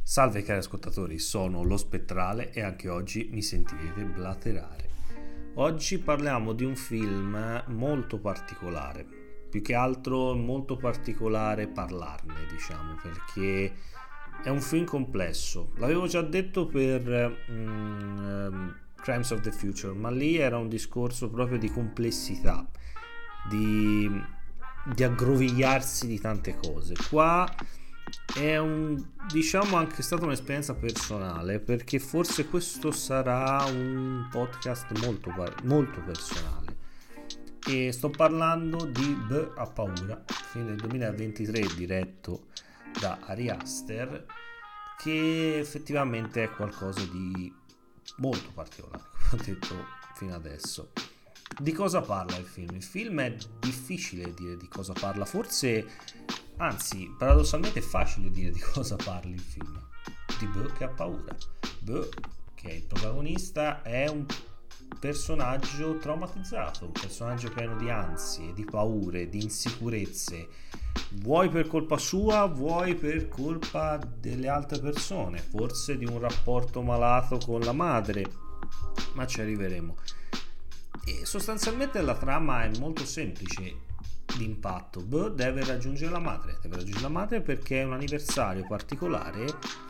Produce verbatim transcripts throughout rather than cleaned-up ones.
Salve cari ascoltatori, sono Lo Spettrale e anche oggi mi sentirete blaterare. Oggi parliamo di un film molto particolare, più che altro molto particolare parlarne, diciamo, perché è un film complesso. L'avevo già detto per um, Crimes of the Future, ma lì era un discorso proprio di complessità, di, di aggrovigliarsi di tante cose. Qua è un, diciamo, anche stata un'esperienza personale, perché forse questo sarà un podcast molto, molto personale, e sto parlando di B ha paura, film del duemilaventitré diretto da Ari Aster, che effettivamente è qualcosa di molto particolare, come ho detto fino adesso. Di cosa parla il film? Il film è difficile dire di cosa parla, forse, anzi, paradossalmente è facile dire di cosa parli il film. Di B che ha paura. B, che è il protagonista, è un personaggio traumatizzato, un personaggio pieno di ansie, di paure, di insicurezze, vuoi per colpa sua, vuoi per colpa delle altre persone, forse di un rapporto malato con la madre, ma ci arriveremo. E sostanzialmente la trama è molto semplice di impatto. B deve raggiungere la madre, deve raggiungere la madre perché è un anniversario particolare,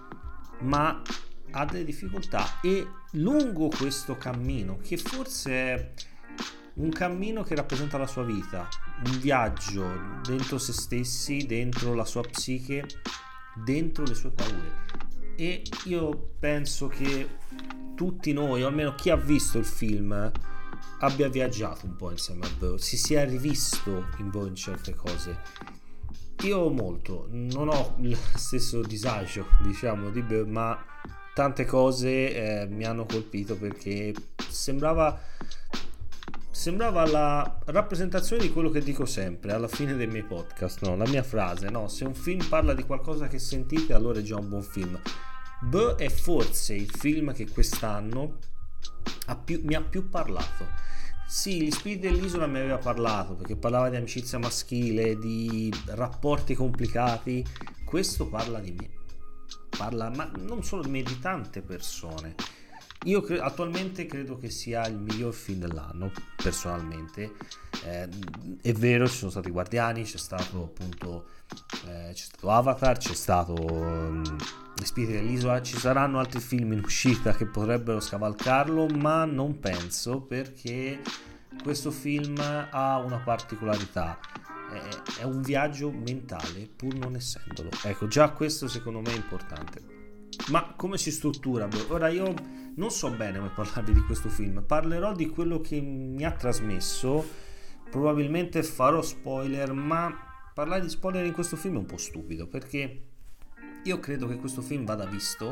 ma ha delle difficoltà, e lungo questo cammino, che forse è un cammino che rappresenta la sua vita, un viaggio dentro se stessi, dentro la sua psiche, dentro le sue paure. E io penso che tutti noi, o almeno chi ha visto il film, abbia viaggiato un po' insieme a B, si sia rivisto in voi in certe cose. Io molto, non ho lo stesso disagio, diciamo, di B, ma tante cose eh, mi hanno colpito, perché sembrava sembrava la rappresentazione di quello che dico sempre alla fine dei miei podcast, no? La mia frase, no? Se un film parla di qualcosa che sentite, allora è già un buon film. B è forse il film che quest'anno ha più, mi ha più parlato. Sì, Gli spiriti dell'isola mi aveva parlato, perché parlava di amicizia maschile, di rapporti complicati. Questo parla di me, parla, ma non solo di me, di tante persone. Io cre- attualmente credo che sia il miglior film dell'anno, personalmente. Eh, è vero, ci sono stati Guardiani, c'è stato appunto eh, c'è stato Avatar, c'è stato um, Gli spiriti dell'isola, ci saranno altri film in uscita che potrebbero scavalcarlo, ma non penso, perché questo film ha una particolarità, è, è un viaggio mentale pur non essendolo. Ecco, già questo secondo me è importante. Ma come si struttura? Ora, io non so bene come parlarvi di questo film, parlerò di quello che mi ha trasmesso, probabilmente farò spoiler, ma parlare di spoiler in questo film è un po' stupido, perché io credo che questo film vada visto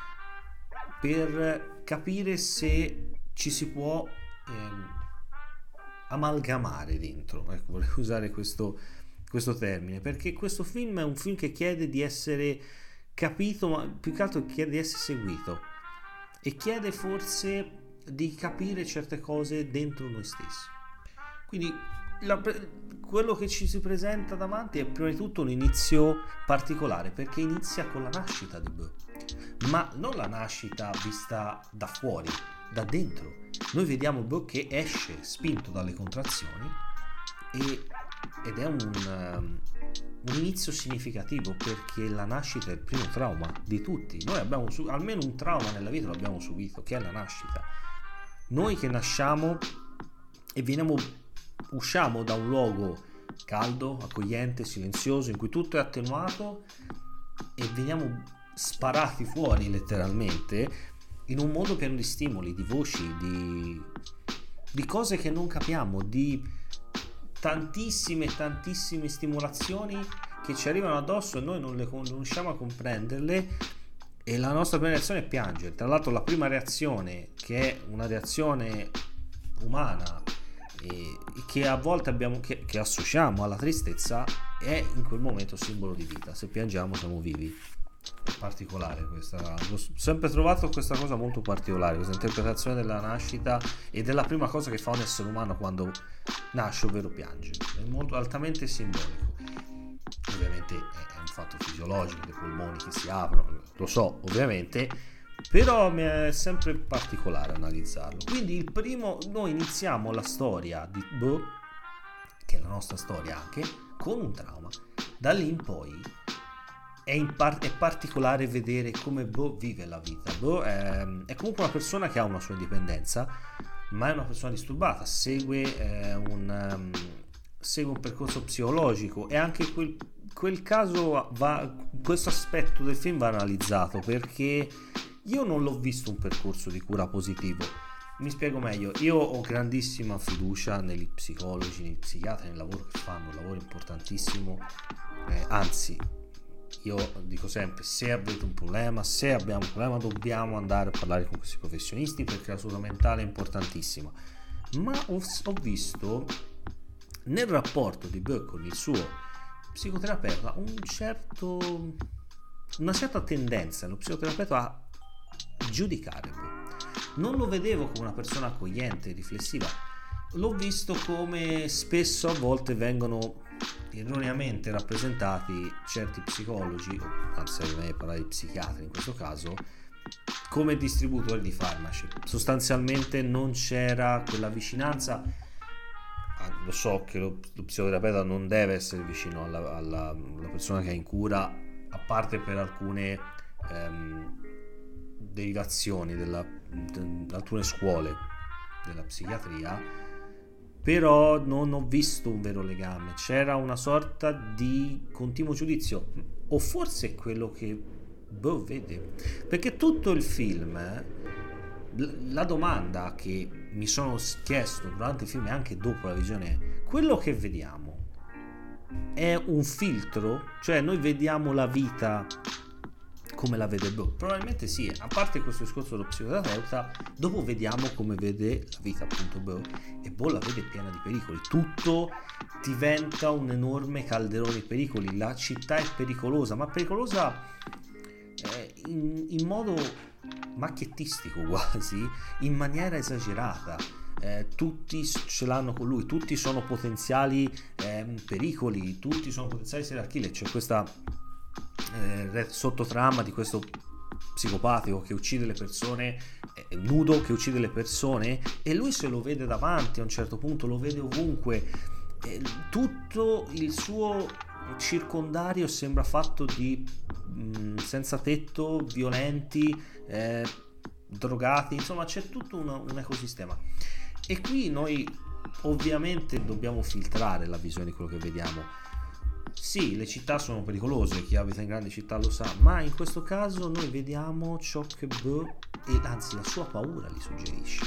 per capire se ci si può ehm, amalgamare dentro, ecco, volevo usare questo, questo termine, perché questo film è un film che chiede di essere capito, ma più che altro chiede di essere seguito, e chiede forse di capire certe cose dentro noi stessi. Quindi la, quello che ci si presenta davanti è prima di tutto un inizio particolare, perché inizia con la nascita di B, ma non la nascita vista da fuori, da dentro. Noi vediamo B che esce spinto dalle contrazioni, e, ed è un, um, un inizio significativo, perché la nascita è il primo trauma di tutti. Noi abbiamo su, almeno un trauma nella vita l'abbiamo subito, che è la nascita. Noi che nasciamo e veniamo usciamo da un luogo caldo, accogliente, silenzioso, in cui tutto è attenuato, e veniamo sparati fuori letteralmente in un mondo pieno di stimoli, di voci, di, di cose che non capiamo, di tantissime tantissime stimolazioni che ci arrivano addosso e noi non, le, non riusciamo a comprenderle, e la nostra prima reazione è piangere. Tra l'altro la prima reazione, che è una reazione umana e che a volte abbiamo che, che associamo alla tristezza, è in quel momento simbolo di vita. Se piangiamo siamo vivi. È particolare questa, ho sempre trovato questa cosa molto particolare, questa interpretazione della nascita e della prima cosa che fa un essere umano quando nasce, ovvero piange. È molto altamente simbolico. Ovviamente è un fatto fisiologico dei polmoni che si aprono, lo so ovviamente, però mi è sempre particolare analizzarlo. Quindi il primo, noi iniziamo la storia di Bo, che è la nostra storia anche, con un trauma. Da lì in poi è, in par- è particolare vedere come Bo vive la vita. Bo è, è comunque una persona che ha una sua indipendenza, ma è una persona disturbata, segue eh, un... Um, segue un percorso psicologico, e anche quel, quel caso va, questo aspetto del film va analizzato, perché io non l'ho visto un percorso di cura positivo. Mi spiego meglio: io ho grandissima fiducia negli psicologi, negli psichiatri, nel lavoro che fanno, un lavoro importantissimo, eh, anzi io dico sempre, se avete un problema, se abbiamo un problema, dobbiamo andare a parlare con questi professionisti, perché la salute mentale è importantissima. Ma ho, ho visto nel rapporto di Bo con il suo psicoterapeuta un certo una certa tendenza lo psicoterapeuta a giudicare Bo. Non lo vedevo come una persona accogliente e riflessiva, l'ho visto come spesso a volte vengono erroneamente rappresentati certi psicologi, anzi a me parlare di psichiatri in questo caso, come distributori di farmaci. Sostanzialmente non c'era quella vicinanza. Lo so che lo, lo psicoterapeuta non deve essere vicino alla, alla, alla persona che è in cura, a parte per alcune ehm, derivazioni della, de, alcune scuole della psichiatria, però non ho visto un vero legame. C'era una sorta di continuo giudizio, o forse è quello che Bo vede, perché tutto il film, la domanda che mi sono chiesto durante il film e anche dopo la visione è: quello che vediamo è un filtro? Cioè noi vediamo la vita come la vede Bo? Probabilmente sì, a parte questo discorso dello psicoterapeuta, dopo vediamo come vede la vita appunto Bo, e Bo la vede piena di pericoli, tutto diventa un enorme calderone di pericoli, la città è pericolosa, ma pericolosa eh, in, in modo macchiettistico quasi, in maniera esagerata. Eh, tutti ce l'hanno con lui, tutti sono potenziali eh, pericoli, tutti sono potenziali serial killer. C'è questa eh, sottotrama di questo psicopatico che uccide le persone, eh, nudo, che uccide le persone, e lui se lo vede davanti, a un certo punto lo vede ovunque. Eh, tutto il suo circondario sembra fatto di mh, senza tetto, violenti, eh, drogati, insomma c'è tutto un, un ecosistema. E qui noi ovviamente dobbiamo filtrare la visione di quello che vediamo. Sì, le città sono pericolose, chi abita in grandi città lo sa, ma in questo caso noi vediamo ciò che Bo, e anzi la sua paura, gli suggerisce.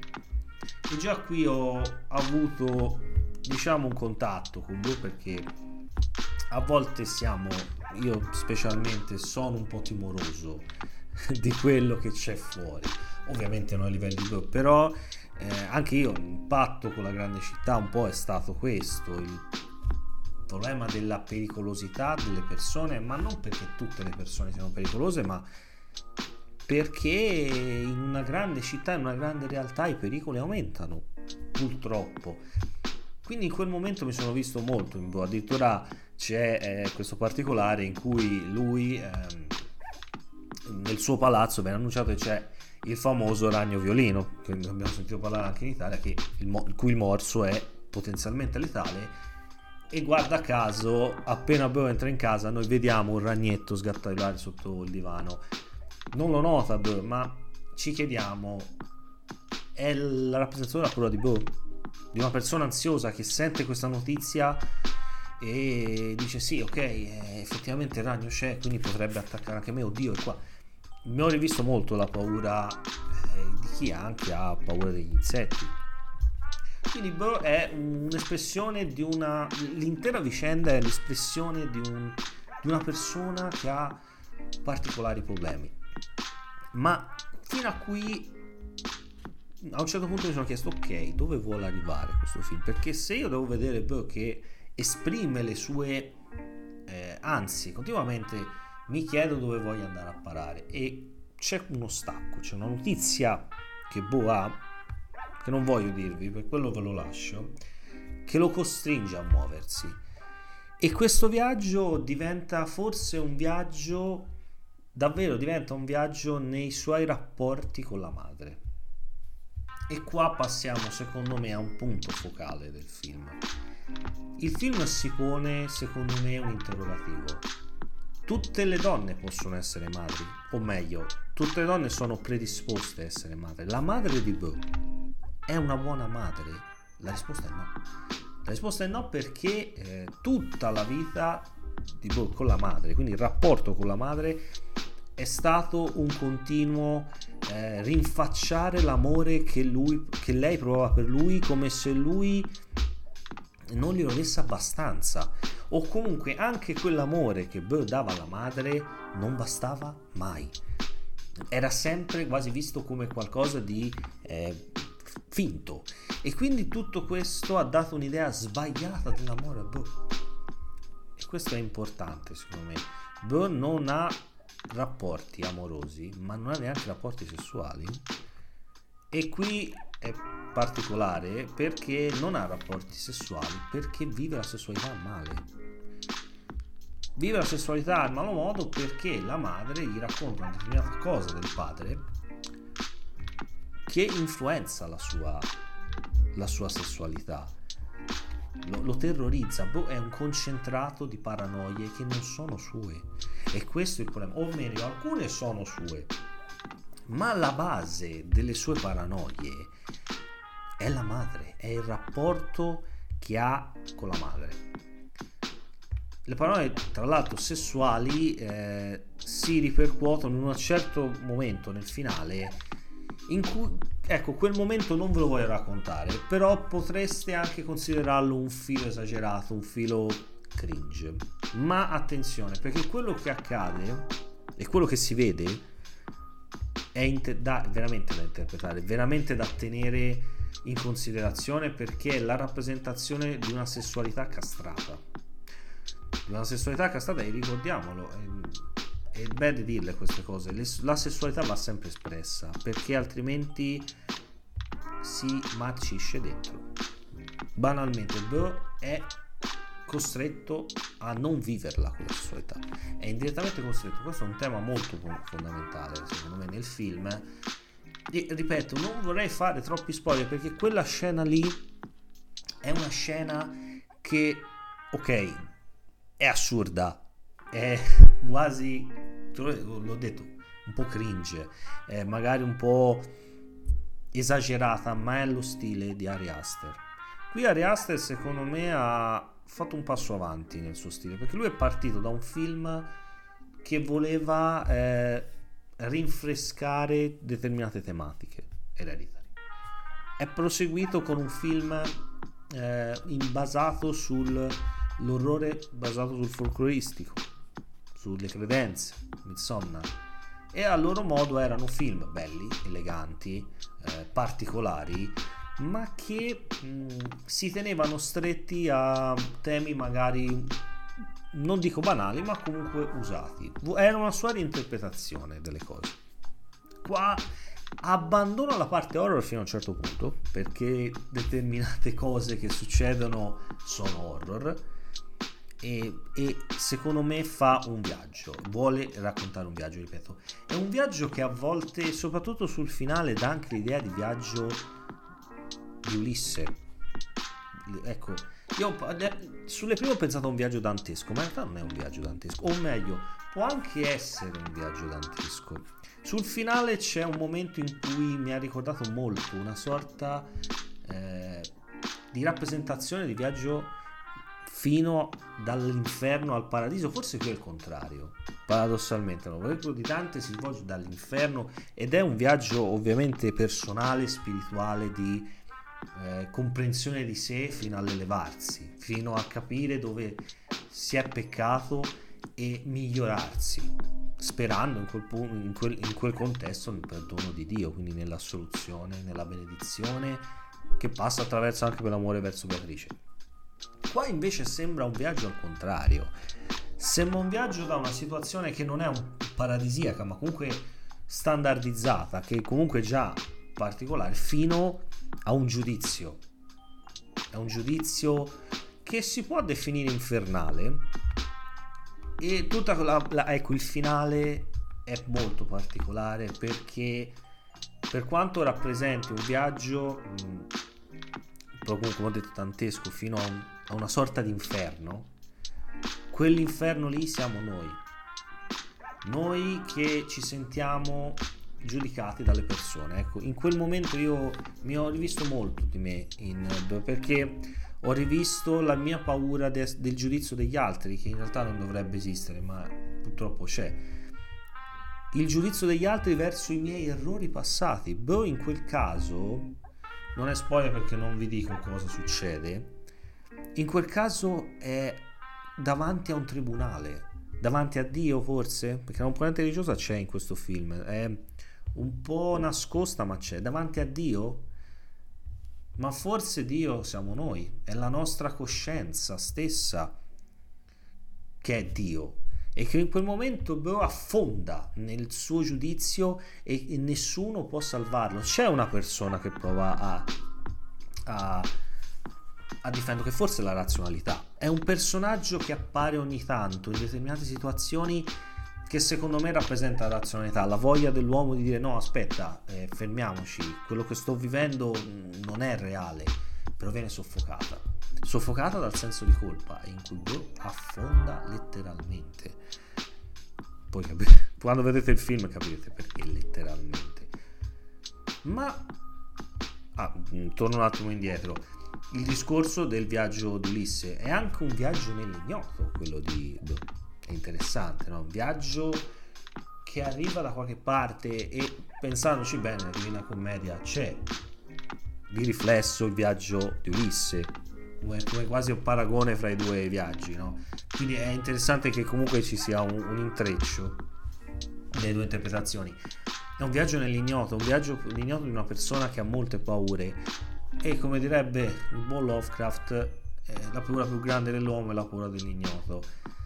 E già qui ho avuto, diciamo, un contatto con Bo, perché a volte siamo, io specialmente sono un po' timoroso di quello che c'è fuori, ovviamente non a livelli di Bo, però eh, anche io l'impatto con la grande città un po' è stato questo, il problema della pericolosità delle persone, ma non perché tutte le persone siano pericolose, ma perché in una grande città, in una grande realtà, i pericoli aumentano, purtroppo. Quindi in quel momento mi sono visto molto in Bo. Addirittura c'è eh, questo particolare in cui lui ehm, nel suo palazzo viene annunciato che c'è il famoso ragno violino, che abbiamo sentito parlare anche in Italia, che il, mo- il cui il morso è potenzialmente letale. E guarda caso, appena Bo entra in casa, noi vediamo un ragnetto sgattaiolare sotto il divano. Non lo nota Bo, ma ci chiediamo: è la rappresentazione della paura di Bo? Di una persona ansiosa che sente questa notizia e dice sì, ok, effettivamente il ragno c'è, quindi potrebbe attaccare anche me, oddio, è qua. Mi ho rivisto molto la paura eh, di chi anche ha paura degli insetti. Quindi Bo è un'espressione di una, l'intera vicenda è l'espressione di, un, di una persona che ha particolari problemi. Ma fino a qui, a un certo punto mi sono chiesto: ok, dove vuole arrivare questo film? Perché se io devo vedere Bo che esprime le sue eh, ansie continuamente, mi chiedo dove voglia andare a parare. E c'è uno stacco, c'è una notizia che Bo ha, che non voglio dirvi, per quello ve lo lascio, che lo costringe a muoversi. E questo viaggio diventa forse un viaggio, davvero diventa un viaggio nei suoi rapporti con la madre. E qua passiamo secondo me a un punto focale del film. Il film si pone secondo me un interrogativo. Tutte le donne possono essere madri, o meglio, tutte le donne sono predisposte a essere madri. La madre di Bo è una buona madre? La risposta è no. La risposta è no perché eh, tutta la vita di Bo con la madre, quindi il rapporto con la madre, è stato un continuo eh, rinfacciare l'amore che, lui, che lei provava per lui, come se lui non glielo desse abbastanza, o comunque anche quell'amore che Bo dava alla madre non bastava mai, era sempre quasi visto come qualcosa di eh, finto, e quindi tutto questo ha dato un'idea sbagliata dell'amore a Bo. E questo è importante secondo me. Bo non ha rapporti amorosi, ma non ha neanche rapporti sessuali, e qui è particolare perché non ha rapporti sessuali perché vive la sessualità male. Vive la sessualità in malo modo perché la madre gli racconta una determinata cosa del padre che influenza la sua, la sua sessualità, lo, lo terrorizza. Boh, è un concentrato di paranoie che non sono sue, e questo è il problema, o meglio, alcune sono sue, ma la base delle sue paranoie è la madre, è il rapporto che ha con la madre. Le parole, tra l'altro sessuali, eh, si ripercuotono in un certo momento nel finale in cui, ecco, quel momento non ve lo voglio raccontare, però potreste anche considerarlo un filo esagerato, un filo cringe. Ma attenzione, perché quello che accade e quello che si vede è inter- da, veramente da interpretare, veramente da tenere in considerazione, perché è la rappresentazione di una sessualità castrata. Di una sessualità castrata, e ricordiamolo, è, è bene dirle queste cose, le, la sessualità va sempre espressa, perché altrimenti si marcisce dentro. Banalmente Bo è costretto a non viverla quella sessualità, è indirettamente costretto. Questo è un tema molto fondamentale secondo me nel film, e ripeto, non vorrei fare troppi spoiler perché quella scena lì è una scena che, ok, è assurda, è quasi, l'ho detto, un po' cringe, è magari un po' esagerata, ma è lo stile di Ari Aster. Qui Ari Aster secondo me ha fatto un passo avanti nel suo stile, perché lui è partito da un film che voleva eh, rinfrescare determinate tematiche, Hereditary. È proseguito con un film eh, in, basato sul l'orrore basato sul folcloristico, sulle credenze, Midsommar, e a loro modo erano film belli, eleganti, eh, particolari, ma che mh, si tenevano stretti a temi magari, non dico banali, ma comunque usati. Era una sua reinterpretazione delle cose. Qua abbandona la parte horror fino a un certo punto, perché determinate cose che succedono sono horror, e, e secondo me fa un viaggio, vuole raccontare un viaggio, ripeto, è un viaggio che a volte, soprattutto sul finale, dà anche l'idea di viaggio di Ulisse. Ecco, io sulle prime ho pensato a un viaggio dantesco, ma in realtà non è un viaggio dantesco, o meglio, può anche essere un viaggio dantesco. Sul finale c'è un momento in cui mi ha ricordato molto una sorta eh, di rappresentazione di viaggio fino dall'inferno al paradiso, forse qui è il contrario, paradossalmente. No? Quello di Dante si svolge dall'inferno ed è un viaggio ovviamente personale, spirituale, di eh, comprensione di sé fino all'elevarsi, fino a capire dove si è peccato e migliorarsi, sperando in quel, in quel, in quel contesto nel perdono di Dio, quindi nell'assoluzione, nella benedizione che passa attraverso anche quell'amore verso Beatrice. Qua invece sembra un viaggio al contrario, sembra un viaggio da una situazione che non è un paradisiaca, ma comunque standardizzata, che comunque è già particolare, fino a un giudizio. È un giudizio che si può definire infernale, e tutta la, la, ecco, il finale è molto particolare perché, per quanto rappresenti un viaggio mh, proprio come ho detto dantesco fino a, un, a una sorta di inferno, quell'inferno lì siamo noi noi che ci sentiamo giudicati dalle persone. Ecco, in quel momento io mi ho rivisto molto di me in, perché ho rivisto la mia paura de, del giudizio degli altri, che in realtà non dovrebbe esistere, ma purtroppo c'è. Il giudizio degli altri verso i miei errori passati. Boh, in quel caso, non è spoiler perché non vi dico cosa succede, in quel caso è davanti a un tribunale, davanti a Dio forse, perché la componente religiosa c'è in questo film, è un po' nascosta ma c'è, davanti a Dio. Ma forse Dio siamo noi, è la nostra coscienza stessa che è Dio, e che in quel momento bro, affonda nel suo giudizio e, e nessuno può salvarlo. C'è una persona che prova a, a, a difendere, che forse è la razionalità, è un personaggio che appare ogni tanto in determinate situazioni che secondo me rappresenta la razionalità, la voglia dell'uomo di dire no aspetta, eh, fermiamoci, quello che sto vivendo non è reale, però viene soffocata soffocata dal senso di colpa, in cui bro, affonda letteralmente. Poi capite, quando vedete il film capirete perché letteralmente. Ma ah, torno un attimo indietro. Il discorso del viaggio di Ulisse è anche un viaggio nell'ignoto, quello di è interessante, no? Un viaggio che arriva da qualche parte, e pensandoci bene, la Divina Commedia c'è di riflesso il viaggio di Ulisse, come, come quasi un paragone fra i due viaggi, no? Quindi è interessante che comunque ci sia un, un intreccio delle due interpretazioni. È un viaggio nell'ignoto, un viaggio nell'ignoto di una persona che ha molte paure, e come direbbe il buon Lovecraft, eh, la paura più grande dell'uomo è la paura dell'ignoto.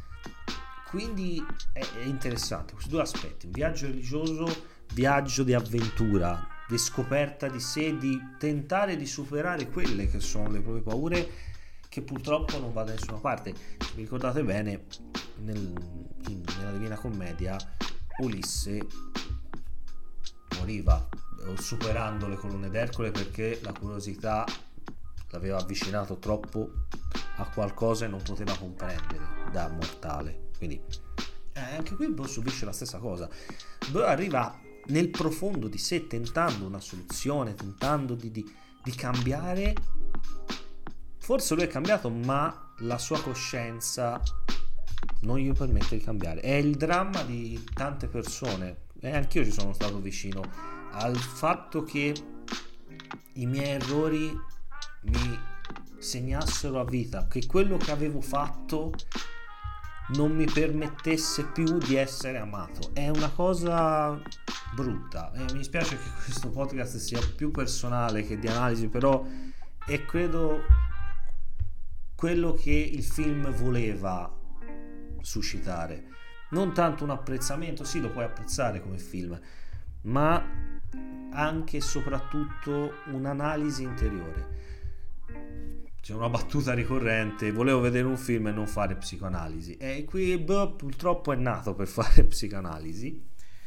Quindi è, è interessante questi due aspetti: un viaggio religioso, viaggio di avventura, di scoperta di sé, di tentare di superare quelle che sono le proprie paure, che purtroppo non va da nessuna parte. Vi ricordate bene, nel, in, nella Divina Commedia Ulisse moriva superando le colonne d'Ercole perché la curiosità l'aveva avvicinato troppo a qualcosa e non poteva comprendere da mortale. Quindi eh, anche qui Bo subisce la stessa cosa. Bo arriva nel profondo di sé tentando una soluzione, tentando di, di, di cambiare. Forse lui è cambiato, ma la sua coscienza non gli permette di cambiare. È il dramma di tante persone, e anch'io ci sono stato vicino al fatto che i miei errori mi segnassero a vita, che quello che avevo fatto non mi permettesse più di essere amato. È una cosa brutta, e mi dispiace che questo podcast sia più personale che di analisi, però è credo quello che il film voleva suscitare. Non tanto un apprezzamento, sì, lo puoi apprezzare come film, ma anche e soprattutto un'analisi interiore. C'è una battuta ricorrente: volevo vedere un film e non fare psicoanalisi, e qui boh, purtroppo è nato per fare psicoanalisi,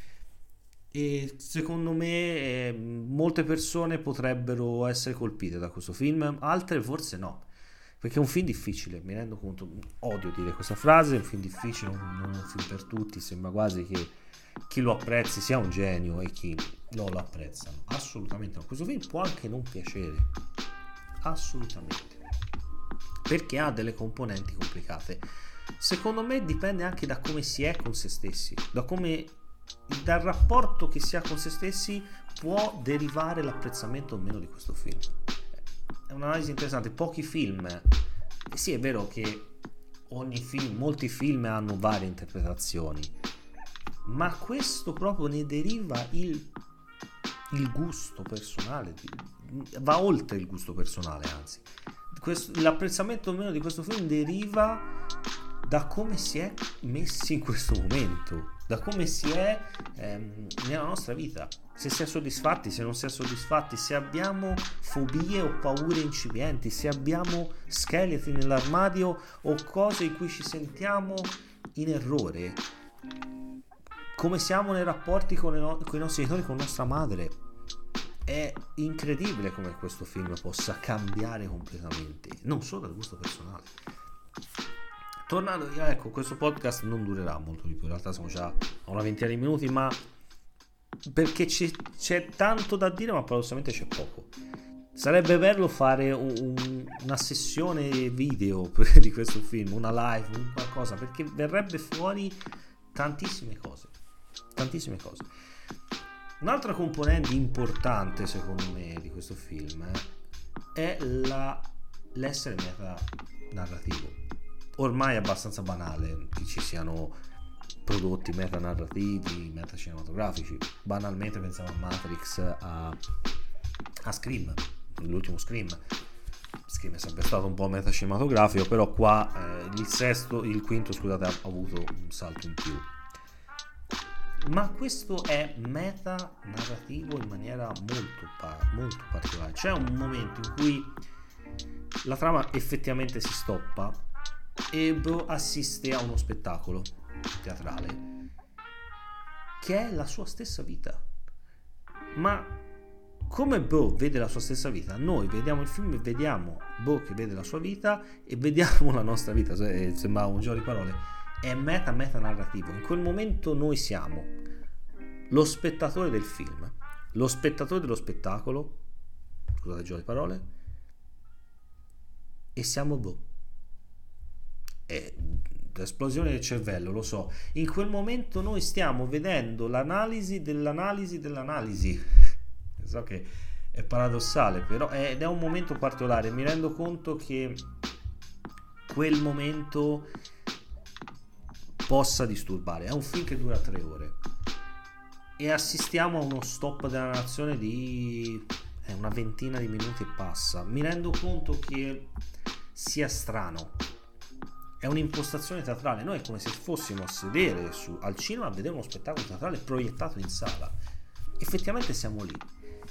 e secondo me eh, molte persone potrebbero essere colpite da questo film, altre forse no, perché è un film difficile, mi rendo conto, odio dire questa frase, è un film difficile, non è un film per tutti, sembra quasi che chi lo apprezzi sia un genio e chi non lo apprezza assolutamente no. Questo film può anche non piacere, assolutamente, perché ha delle componenti complicate. Secondo me dipende anche da come si è con se stessi, da come, dal rapporto che si ha con se stessi può derivare l'apprezzamento o meno di questo film. È un'analisi interessante. Pochi film, eh sì, è vero che ogni film, molti film hanno varie interpretazioni, ma questo proprio ne deriva il, il gusto personale, va oltre il gusto personale, anzi questo, l'apprezzamento o meno di questo film deriva da come si è messi in questo momento, da come si è ehm, nella nostra vita, se si è soddisfatti, se non si è soddisfatti, se abbiamo fobie o paure incipienti, se abbiamo scheletri nell'armadio o cose in cui ci sentiamo in errore, come siamo nei rapporti con, no- con i nostri genitori, con nostra madre. È incredibile come questo film possa cambiare completamente, non solo dal gusto personale. Tornando, ecco, questo podcast non durerà molto di più, in realtà siamo già a una ventina di minuti, ma perché c'è, c'è tanto da dire, ma paradossalmente c'è poco. Sarebbe bello fare un, un, una sessione video di questo film, una live, un qualcosa, perché verrebbe fuori tantissime cose, tantissime cose. Un'altra componente importante, secondo me, di questo film è la, l'essere meta narrativo. Ormai è abbastanza banale che ci siano prodotti metanarrativi, metacinematografici. Banalmente pensiamo a Matrix, a, a Scream, l'ultimo Scream. Scream è sempre stato un po' metacinematografico, però qua eh, il sesto, il quinto, scusate, ha avuto un salto in più. Ma questo è metanarrativo in maniera molto, molto particolare. C'è un momento in cui la trama effettivamente si stoppa e Bo assiste a uno spettacolo teatrale che è la sua stessa vita. Ma come Bo vede la sua stessa vita, noi vediamo il film e vediamo Bo che vede la sua vita e vediamo la nostra vita. Sembra un gioco di parole. È meta meta narrativo. In quel momento noi siamo lo spettatore del film, lo spettatore dello spettacolo, scusate il gioco di parole, e siamo Bo. È l'esplosione del cervello, lo so. In quel momento noi stiamo vedendo l'analisi dell'analisi dell'analisi. So che è paradossale, però è, ed è un momento particolare. Mi rendo conto che quel momento possa disturbare. È un film che dura tre ore e assistiamo a uno stop della narrazione di eh, una ventina di minuti e passa. Mi rendo conto che sia strano. È un'impostazione teatrale. Noi è come se fossimo a sedere su, al cinema a vedere uno spettacolo teatrale proiettato in sala. Effettivamente siamo lì.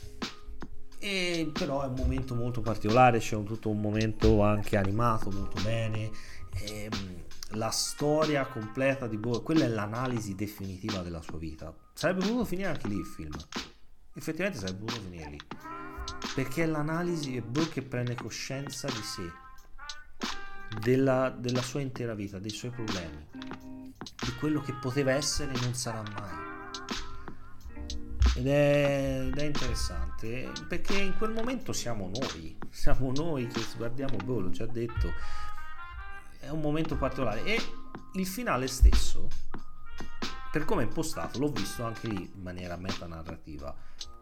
E però è un momento molto particolare. C'è un, tutto un momento anche animato molto bene. E, la storia completa di Bo, quella è l'analisi definitiva della sua vita. Sarebbe potuto finire anche lì il film. Effettivamente sarebbe potuto finire lì. Perché è l'analisi di Bo che prende coscienza di sé. Della, della sua intera vita, dei suoi problemi, di quello che poteva essere e non sarà mai. Ed è, ed è interessante perché in quel momento siamo noi, siamo noi che guardiamo, boh, l'ho già detto, è un momento particolare. E il finale stesso, per come è impostato, l'ho visto anche lì in maniera metanarrativa.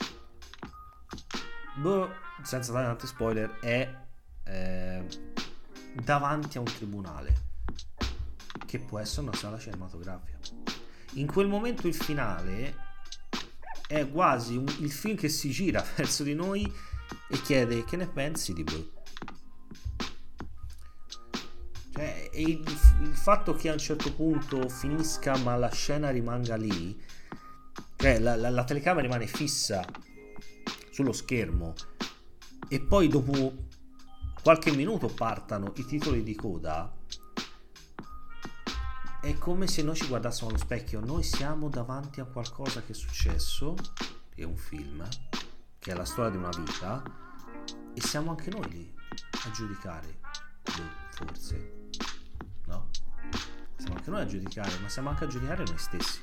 Boh, senza dare tanti spoiler, è eh, davanti a un tribunale che può essere una sala cinematografica. In quel momento il finale è quasi un, il film che si gira verso di noi e chiede: che ne pensi di Bo? Cioè, il, il fatto che a un certo punto finisca ma la scena rimanga lì, cioè la, la, la telecamera rimane fissa sullo schermo e poi dopo qualche minuto partano i titoli di coda, è come se noi ci guardassimo allo specchio. Noi siamo davanti a qualcosa che è successo, che è un film, che è la storia di una vita, e siamo anche noi lì a giudicare. Forse no? Siamo anche noi a giudicare, ma siamo anche a giudicare noi stessi.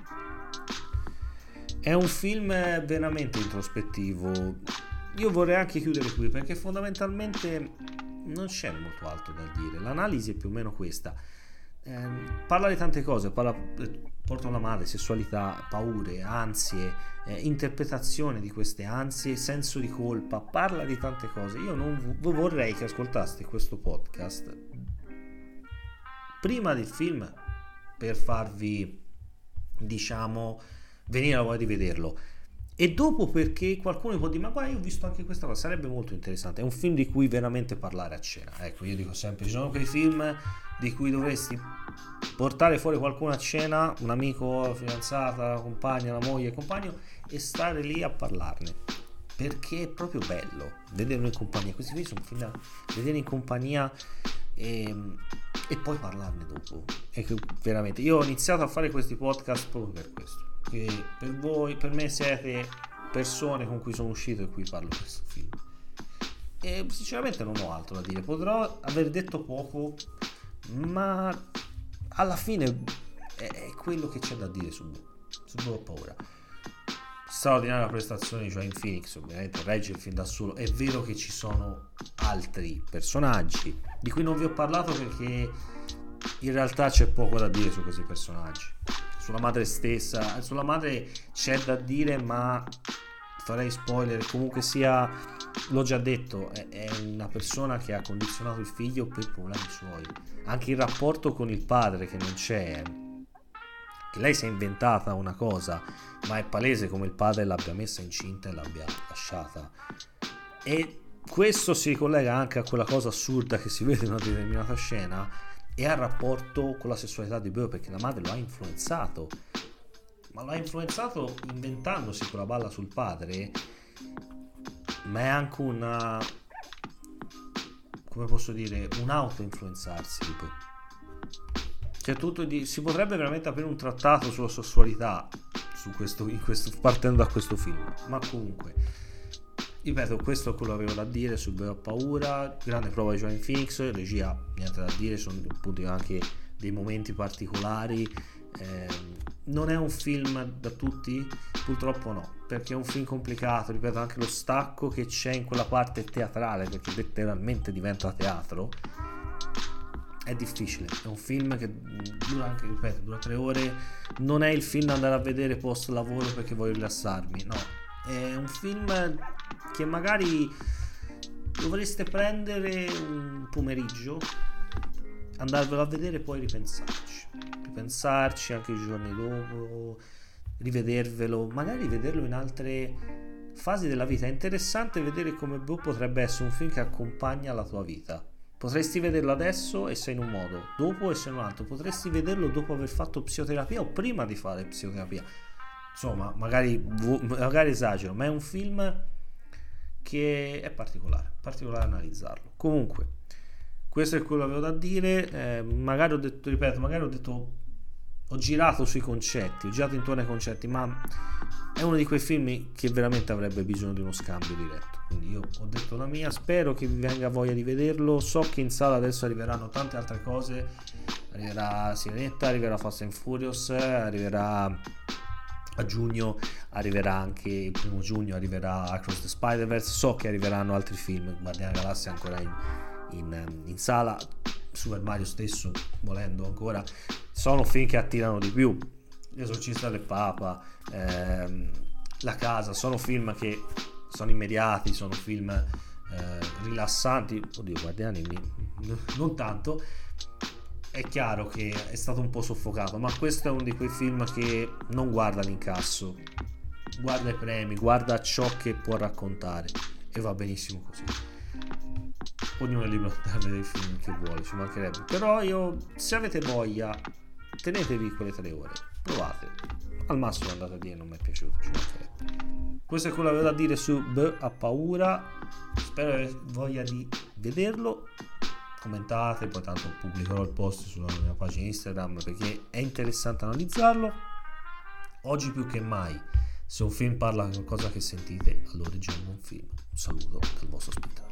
È un film veramente introspettivo. Io vorrei anche chiudere qui perché fondamentalmente non c'è molto altro da dire. L'analisi è più o meno questa. Eh, parla di tante cose, parla, porta alla madre, sessualità, paure, ansie, eh, interpretazione di queste ansie, senso di colpa, parla di tante cose. Io non v- vorrei che ascoltaste questo podcast prima del film per farvi, diciamo, venire la voglia di vederlo. E dopo, perché qualcuno può dire: ma guarda, io ho visto anche questa cosa, sarebbe molto interessante. È un film di cui veramente parlare a cena. Ecco, io dico sempre, ci sono quei film di cui dovresti portare fuori qualcuno a cena, un amico, la fidanzata, la compagna, la moglie, il compagno, e stare lì a parlarne, perché è proprio bello vederlo in compagnia. Questi film sono film da vedere in compagnia e, e poi parlarne dopo. E che veramente io ho iniziato a fare questi podcast proprio per questo, che per voi, per me siete persone con cui sono uscito e qui parlo di questo film. E sinceramente non ho altro da dire, potrò aver detto poco, ma alla fine è quello che c'è da dire su su Boh, ho paura. Straordinaria prestazione di Joaquin Phoenix, ovviamente regge il film da solo. È vero che ci sono altri personaggi di cui non vi ho parlato, perché in realtà c'è poco da dire su questi personaggi. Sulla madre stessa, sulla madre c'è da dire, ma farei spoiler. Comunque sia, l'ho già detto, è, è una persona che ha condizionato il figlio per problemi suoi. Anche il rapporto con il padre, che non c'è, che lei si è inventata una cosa, ma è palese come il padre l'abbia messa incinta e l'abbia lasciata. E questo si collega anche a quella cosa assurda che si vede in una determinata scena, e al rapporto con la sessualità di Beau, perché la madre lo ha influenzato, ma lo ha influenzato inventandosi quella balla sul padre. Ma è anche una, come posso dire, un auto-influenzarsi di Beau. Cioè, tutto di, si potrebbe veramente aprire un trattato sulla sessualità su questo, in questo, partendo da questo film. Ma comunque, ripeto, questo è quello che avevo da dire su Beau ha paura. Grande prova di Joaquin Phoenix, regia, niente da dire, sono appunto anche dei momenti particolari. Eh, non è un film da tutti? Purtroppo no, perché è un film complicato. Ripeto, anche lo stacco che c'è in quella parte teatrale, perché letteralmente diventa teatro, è difficile. È un film che dura anche, ripeto, dura tre ore. Non è il film da andare a vedere post lavoro perché voglio rilassarmi, no. È un film che magari dovreste prendere un pomeriggio, andarvelo a vedere e poi ripensarci ripensarci anche i giorni dopo, rivedervelo, magari rivederlo in altre fasi della vita. È interessante vedere come Beau potrebbe essere un film che accompagna la tua vita. Potresti vederlo adesso e sei in un modo, dopo e sei in un altro. Potresti vederlo dopo aver fatto psicoterapia o prima di fare psicoterapia. Insomma, magari, magari esagero, ma è un film che è particolare, particolare analizzarlo. Comunque, questo è quello che avevo da dire. Eh, magari ho detto, ripeto, magari ho detto, ho girato sui concetti, ho girato intorno ai concetti, ma è uno di quei film che veramente avrebbe bisogno di uno scambio diretto. Quindi io ho detto la mia, spero che vi venga voglia di vederlo. So che in sala adesso arriveranno tante altre cose, arriverà Sirenetta, arriverà Fast and Furious, arriverà a giugno, arriverà anche il primo giugno, arriverà Across the Spider-Verse. So che arriveranno altri film, Guardiani della Galassia ancora in, in, in sala, Super Mario stesso volendo ancora. Sono film che attirano di più. L'esorcista del Papa, ehm, La Casa, sono film che sono immediati, sono film eh, rilassanti. Oddio, Guardiani mi, non tanto. È chiaro che è stato un po' soffocato, ma questo è uno di quei film che non guarda l'incasso, guarda i premi, guarda ciò che può raccontare, e va benissimo così. Ognuno è libero di vedere i film che vuole, ci mancherebbe. Però io, se avete voglia, tenetevi quelle tre ore, provate. Al massimo andate a dire non mi è piaciuto, ci mancherebbe. Questo è quello che avevo da dire su Beau ha paura. Spero avete voglia di vederlo. Commentate, poi tanto pubblicherò il post sulla mia pagina Instagram, perché è interessante analizzarlo. Oggi più che mai, se un film parla di qualcosa che sentite, allora leggiamo un film. Un saluto dal vostro ospitale.